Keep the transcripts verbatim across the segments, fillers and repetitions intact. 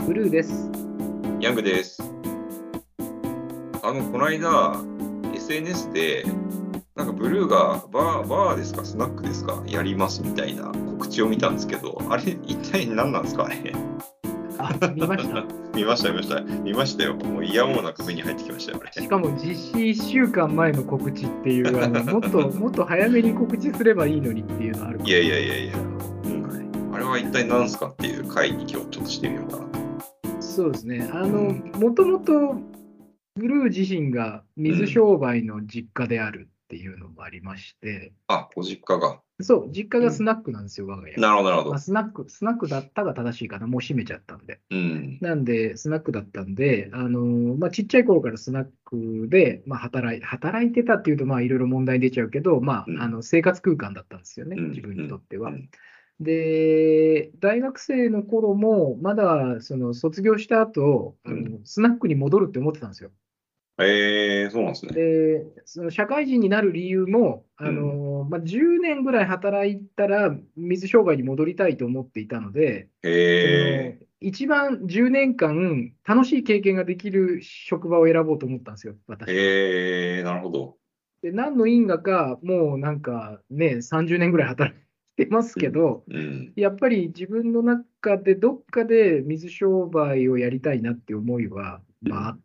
ブルーです。 ヤングです。あの、この間、エスエヌエス で、なんかブルーがバー、バーですか、スナックですか、やりますみたいな告知を見たんですけど、あれ、一体何なんですかね。 あ、見ました。 見ました、見ました。見ましたよ。もう嫌もなく目に入ってきましたよ、あれ。 しかも実施いっしゅうかんまえの告知っていう、あのもっともっと早めに告知すればいいのにっていうのはあるかいやいもしれない。 やいやいや、うん。あれは一体何すかっていう会に今日ちょっとしてみようかなと。 そうですね。あの、 うん。 もともとブルー自身が水うん。 商売の実家であるっていうのもありまして、 あ、ご実家が。 そう、実家うん。 がスナックなんですよ、我が家が。 なるほど、なるほまあ、 ど。 スナック、スナックだったが正しいかな、もう閉めちゃったんで。 うん。 なんで、スナックだったんで、あのまあ、ちっちゃい頃からスナックで、まあ、働い、働いてたっていうと、まあ、いろいろ問題出ちゃうけど、まあ、あうん。 の生活空間だったんですよね、 うん。 自分にとうん。 っては。 うん。 で、大学生の頃も、まだその卒業した後、あうん。 のスナックに戻るって思ってたんですよ。 えー、そうなんですね。 で、その社会人になる理由も、あうん。 のまあ、じゅうねんぐらい働いたら水商売に戻りたいと思っていたので、そのへ一番じゅうねんかん楽しい経験ができる職場を選ぼうと思ったんですよ、 え、 私は。 へえ、なるほど。 で、何の因果か、もうなんかね、さんじゅうねんぐらい働いてますうん。 けど、 うん。 やっぱり自分の中でどっかで水商売をやりたいなっていう思いは、まあ、あうん。 って、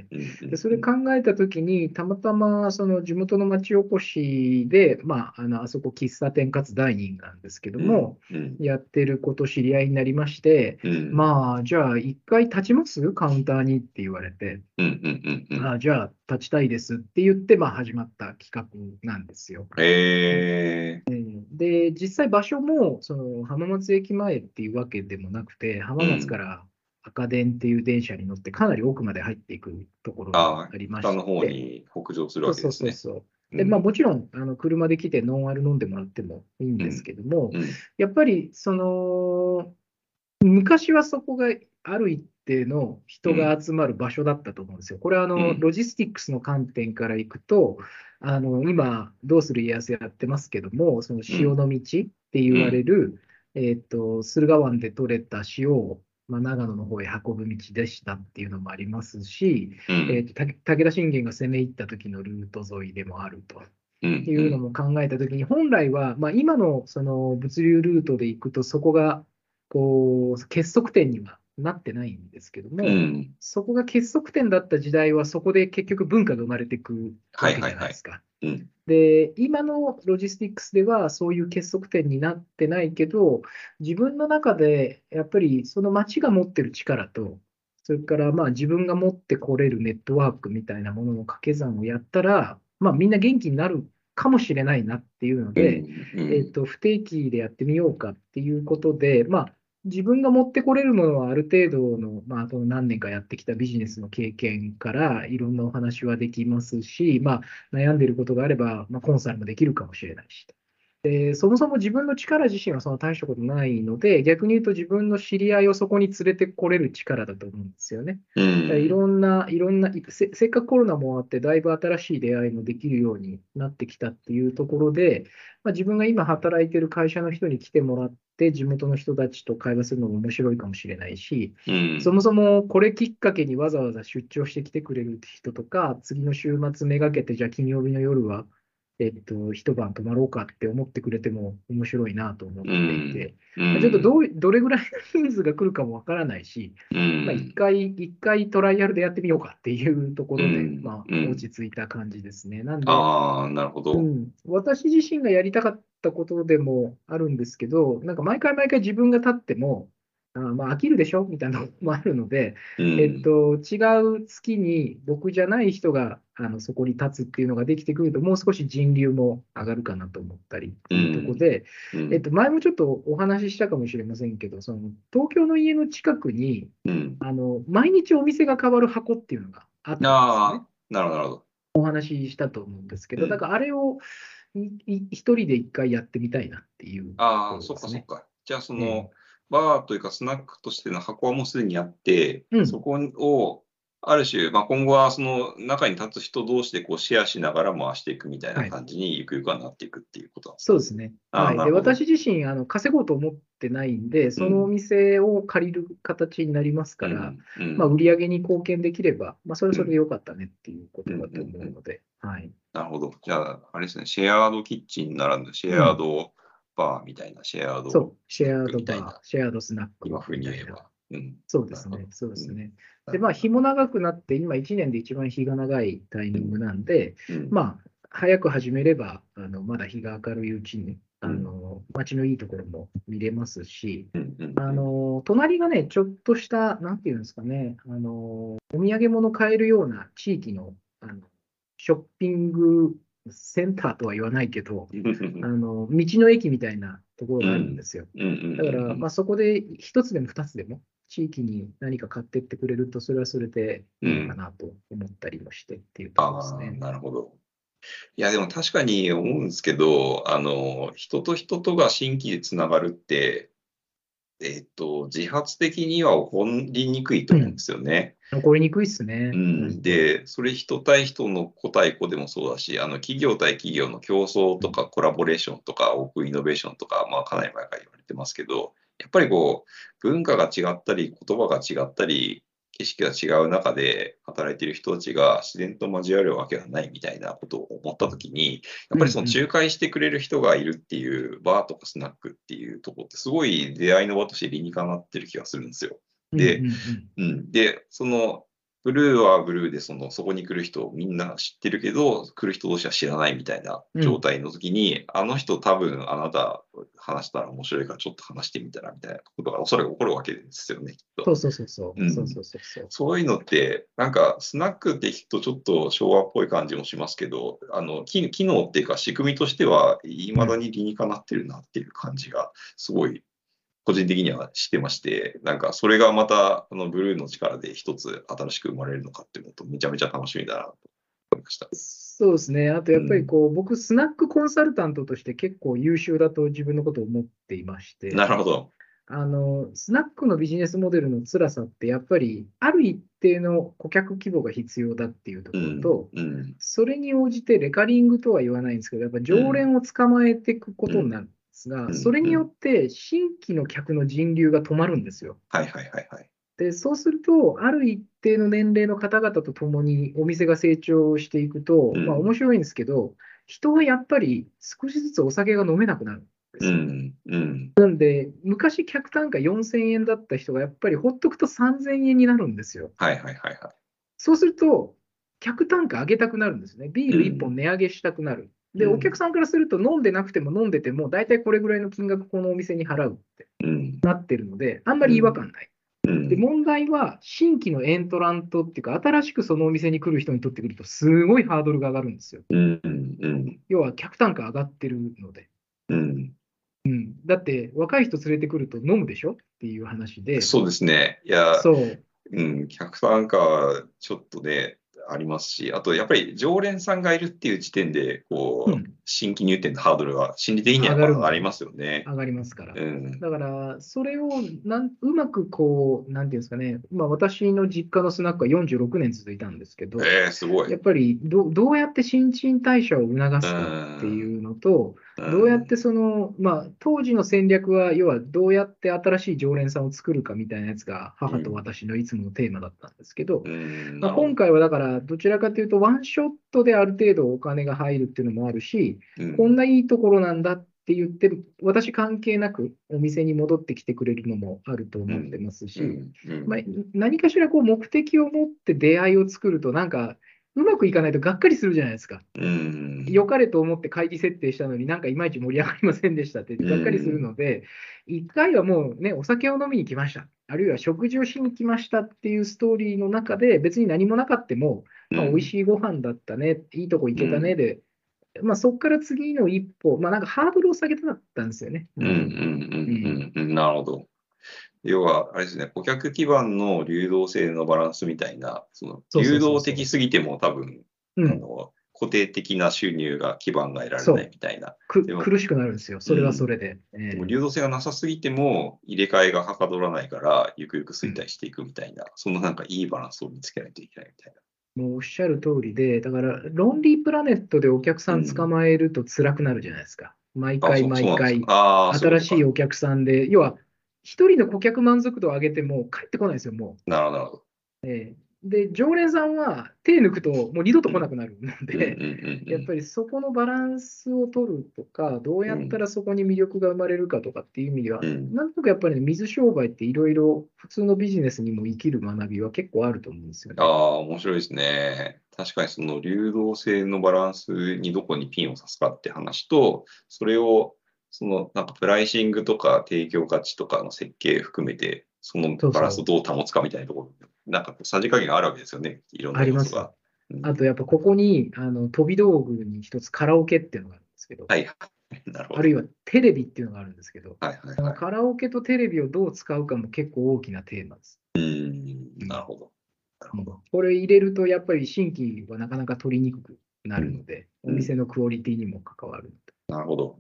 うん。うで、 ん。 それ考えたときに、たまたまその地元の町おこしで、まあ、あの、あそこ喫茶店かつダイニングなんですけどうん。 も、 うん。 やってること知り合いになりまして、 うん。 まあ、じゃあ一回立ちますカウンターにって言われて、 うん。うん。うん。 あ、じゃあ立ちたいですって言って、まあ、始まった企画なんですよ。 へえ。 で、実際場所もその浜松駅前っていうわけでもなくて、浜松かうん。 ら赤電っていう電車に乗ってかなり奥まで入っていくところにああ、 ありま北の方して、 に北上するそうそうわけですね。 そうそう。で、まあうん。 もちろんあの車で来てノンアル飲んでもらってもいいんですうん。 けども、 うん。 やっぱりその昔はそこがある一定の人うん。 が集まる場所だったと思うんですよ。これはあのうん。 ロジスティックスの観点からいくと、あの今、どうする家康やってますけども、そのうん。 潮の道って言われうん。 る、えっと、駿河湾で取れた塩を、まあ、長野の方へ運ぶ道でしたっていうのもありますし、 うん。 えっと、た武田信玄が攻め入った時のルート沿いでもあると。 うん。 いうのうん。 も考えたときに、本来は、まあ、今のその物流ルートで行くと、そこがこう結束点にはなってないんですけども、 うん。 そこが結束点だった時代は、そこで結局文化が生まれていくはわけじいはいはい。 ゃないですか。 うん。 で、今のロジスティックスではそういう結束点になってないけど、自分の中でやっぱりその街が持ってる力と、それからまあ自分が持ってこれるネットワークみたいなものの掛け算をやったら、まあみんな元気になるかもしれないなっていうのうで、 ん。うん。 えっと、不定期でやってみようかっていうことで、まあ自分が持ってこれるものはある程度の、まあ、この何年かやってきたビジネスの経験からいろんなお話はできますし、まあ、悩んでいることがあれば、まあ、コンサルもできるかもしれないし。で、そもそも自分の力自身はその大したことないので、逆に言うと自分の知り合いをそこに連れてこれる力だと思うんですよね。 うだからいん。 ろんな、いろんなせ、せっかくコロナもあって、だいぶ新しい出会いもできるようになってきたっていうところで、まあ、自分が今働いている会社の人に来てもらって、地元の人たちと会話するのも面白いかもしれないし、 うん。 そもそもこれきっかけにわざわざ出張してきてくれる人とか、次の週末めがけて、じゃあ金曜日の夜は、えっと、一晩泊まろうかって思ってくれても面白いなと思っうん。 ていて、 うまあ、ちょっとどん。 うどれぐらいの人数が来るかもわからないし、 うまあ、一ん。 回、一回トライアルでやってみようかっていうところで、 うん。 まあ、 うん。 落ち着いた感じですね。なんで、 ああ、なるほど。 うん、私自身がやりたかったことでもあるんですけど、なんか毎回毎回自分が立っても、あまあ飽きるでしょみたいなのもあるので、えっうん。 と、違う月に僕じゃない人があのそこに立つっていうのができてくると、もう少し人流も上がるかなと思ったりっていうところうん。 で、 うん。 えっと、前もちょっとお話ししたかもしれませんけど、その東京の家の近くにうん。 あの毎日お店が変わる箱っていうのがあったんですよね。 ああ、なるほど、なるほど。 お話ししたと思うんですけど、だうん。 からあれをいい一人で一回やってみたいなっていうとこああ、そっろですね。 かそっか。じゃあ、そええの、バーというかスナックとしての箱はもうすでにあって、 うん、 そこをある種、まあ、今後はその中に立つ人同士でこうシェアしながら回していくみたいなはい。 感じにゆくゆくはなっていくっていうことなんですか。 そうですね。 ああ、 はい。で、 なるほど。 私自身、あの、稼ごうと思ってないんで、そのおうん、 店を借りる形になりますから、 うん、うまあ、 ん、 売り上げに貢献できれば、まあ、それはそれでうん、 良かったねっていうこうん、うとだと思ん、うん。 うので、はい。 なるほど。じゃあ、あれですね、シェアードキッチンならぬ、シェアーうん。 ドバーみたいな、シェアードそう。シスナッェアークみたいな、 ドバー、シェアードスナック今風みたいな。 に言えば。うん、 そうですね。 なるほど。 そうでうん、 すね。で、まあ、 なるほど。 日も長くなって、今いちねんで一番日が長いタイうん、 ミングなんで、 うん、 まあ、早く始めれば、あの、まだ日が明るいうちに、あうん、 の、街のいいところも見れますし、 うん、うん、 あうん。 の、隣がね、ちょっとした、なんていうんですかね、あの、お土産物買えるような地域の、あの、ショッピングセンターとは言わないけど、あの、道の駅みたいなところがあるんうん、 ですよ。 うん、うん、 だから、 うん、 まあ、そこで一つでも二つでも、地域に何か買ってってくれると、それはそれでいいのかうん。 なと思ったりもしてっていうところですああ、 ね。 なるほど。いや、でも確かに思うんですけど、あの、人と人とが新規でつながるって、えっと、自発的には起こりにくいと思うんでうん。 すよね。 起こりにくいっすうね、本ん、 当。 で、それ人対人の個対個でもそうだし、あの企業対企業の競争うん。 とかコラボレーションとかオープンイノベーションとか、まあ、かなり前から言われてますけど、やっぱりこう、文化が違ったり、言葉が違ったり、景色が違う中で働いている人たちが自然と交わるわけがないみたいなことを思ったときに、やっうん、 ぱりそのうん。 仲介してくれる人がいるっていうバーとかスナックっていうところってすごい出会いの場として理にかなってる気がするんですよ。 うん、うで、 ん、 うん、で、そのブルーはブルーで、その、そこに来る人をみんな知ってるけど、来る人同士は知らないみたいなうん。うん。 状態の時に、あの人多分あなた話したら面白いからちょっと話してみたらみたいなことがおそらく起こるわけですよね、きっと。 そうそうそうそう。そううん。 そうそうそう。 そういうのって、なんかスナックって聞くとちょっと昭和っぽい感じもしますけど、あの、機機能っていうか仕組みとしては、未うん。 だに理にかなってるなっていう感じがすごい個人的にはしてまして、なんかそれがまた、あの、ブルーの力で一つ新しく生まれるのかっていうのと、めちゃめちゃ楽しみだなと思いました。 そうですね。あと、やっぱりうん。 こう、僕、スナックコンサルタントとして結構優秀だと自分のことを思っていまして、 なるほど。 あの、スナックのビジネスモデルの辛さって、やっぱり、ある一定の顧客規模が必要だっていうとうん、 ころと、 うん、 それに応じてレカリングとは言わないんですけど、やっぱうん、 常連を捕まえていくこうん、 とになるんですが、 うん、 それによっうん。 て新規の客の人流が止まるんですよ。 はいはいはいはい。 で、そうすると、ある一定の年齢の方々と共にお店が成長していくと、まあうん、 面白いんですけど、人はやっぱり少しずつお酒が飲めなくなるんですよ。 うん、うん。 で、昔客単価よんせんえんだった人がやっぱりほっとくとさんぜんえんになるんですよ。 はいはいはいはそうすると、客単価上げたくなるんですね。ビい。 ールいっぽんうん、 値上げしたくなる。で、お客うん、 さんからすると飲んでなくても飲んでても、大体これぐらいの金額このお店に払うってうん、 なってるので、あんまり違和うん、 感ない。で、 うん、 問題は、新規のエントラントっていうか、新しくそのお店に来る人にとってくると、すごいハードルが上がるんですよ。 うん、うん、 要は、客単価上がってるので。 うん。 うん。だって、若い人連れてくると飲むでしょっていう話で、 そうですね。いや、 そうん、客単価ちょっとね、ありますし、あとやっぱり常連さんがいるっていう時点で、 う、うこう、 ん、 新規入店のハードルは心理的には上やっがるんですよ。 ぱ上がりますよね。 上がりますから。 うん。 だから、それをなんうまくこう、なんていうんですかね、まあ、私の実家のスナックはよんじゅうろくねん続いたんですけど、 ええ、すごい。 やっぱりどどうやって新陳代謝を促うすかってん。 いうのと、 うどうやってん。 その、まあ、当時の戦略は、要はどうやって新しい常連さんを作るかみたいなやつが、母とうん。 私のいつものテーマだったんですけど、 うん。 まあ、 なるほど。 今回はだから、どちらかというと、ワンショットである程度お金が入るっていうのもあるし、こんうん。 ないいところなんだって言って、私関係なくお店に戻ってきてくれるのもあると思ってうん。 ますし、 うん。うまあ、 ん。 何かしらこう目的を持って出会いを作ると、なんか、うまくいかないとがっかりするじゃないですか。 うん。 良かれと思って会議設定したのになんかいまいち盛り上がりませんでしたってうがっかりするん。 ので、一回はもうね、お酒を飲みに来ました。あるいは食事をしに来ましたっていうストーリーの中で、別に何もなかったも、まあ、美味うん。 しいご飯だったね、いいとこ行けたねうん。 で、まあ、そこから次の一歩、まあ、なんかハードルを下げたかったんですよね、 うん。う本当に。うん。 ん、 うん。なるほど。要は、あれですね、顧客基盤の流動性のバランスみたいな、そのそうそうそう流動的そすぎても多分、 う。うん、 あの、 固定的な収入が基盤が得られないみたいな。 くでも苦しくなるんですよ、それはそれで。ええでも流動性がなさすぎても入れ替えがはかどらないから、ゆくゆく衰退していくみたいな、そのなんかいいバランスを見つけないといけないみたいな。 もうおっしゃる通りで、だから、ロンリープラネットでお客さん捕まえると辛くなるじゃないですか。毎あ、 回そう、そうなんです毎回、 か。ああ、そういうことか。 新しいお客さんで、要は、一人の顧客満足度を上げても帰ってこないんですよ、もなるほど、なるほど。 う。ええで、常連さんは手抜くともう二度と来なくなるのうんうんで、 うんうん。 やっぱりそこのバランスを取るとか、どうやったうんらそこに魅力が生まれるかとかっていう意味では、 うんなんとかやっぱりね、水商売っていろいろ普通のビジネスにも生きる学びは結構あると思うんですよね。 ああ、面白いですね。確かにその流動性のバランスにどこにピンを刺すかって話と、それをそのなんかプライシングとか提供価値とかの設計含めて、そのそうバランスをそう。 どう保つかみたいなところ、なんかさじ加減があるわけですよね。いろんあります。 な要素が。うんあとやっぱここにあの飛び道具に一つカラオケっていうのがあるんですけど、 はいはい。なるほど。 あるいはテレビっていうのがあるんですけど、 はいはいはい。 カラオケとテレビをどう使うかも結構大きなテーマです。 うーん、なるほど。なるほど。 これ入れるとやっぱり新規はなかなか取りにくくなるので、 うんお店のクオリティにも関わる。 なるほど。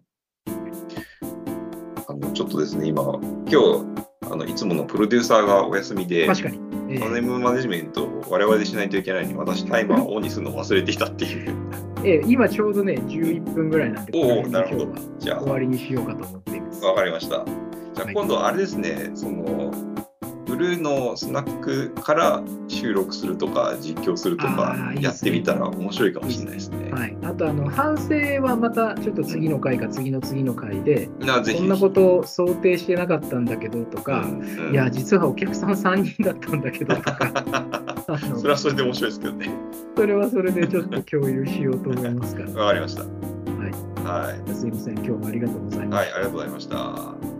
あのちょっとですね、今、今日あのいつものプロデューサーがお休みで、 確かに。えタネムマネジメントを我々でしないといけないのに、私、タイマーをオンにするのを忘れていたっていう。 えええ今ちょうどね、じゅういっぷんぐらいなんで、 おお、 これなるほど今日は。 じゃあ、 終わりにしようかと思っています。 わかりました。じゃあ、 はい今度あれですね、その、ブルーのスナックから収録するとか、実況するとかあーいいやっですねてみたら面白いかもしれないですね。 はい、あとあの反省はまたちょっと次の回か次の次の回で、 なぜひ。 こんなことを想定してなかったんだけどとか、 うんうんいや、実はお客さんさんにんだったんだけどとか、あのそれはそれで面白いですけどね。 それはそれでちょっと共有しようと思いますから。 わかりました。 はい、 はい。 すいません、今日もありがとうございました。 はい、ありがとうございました。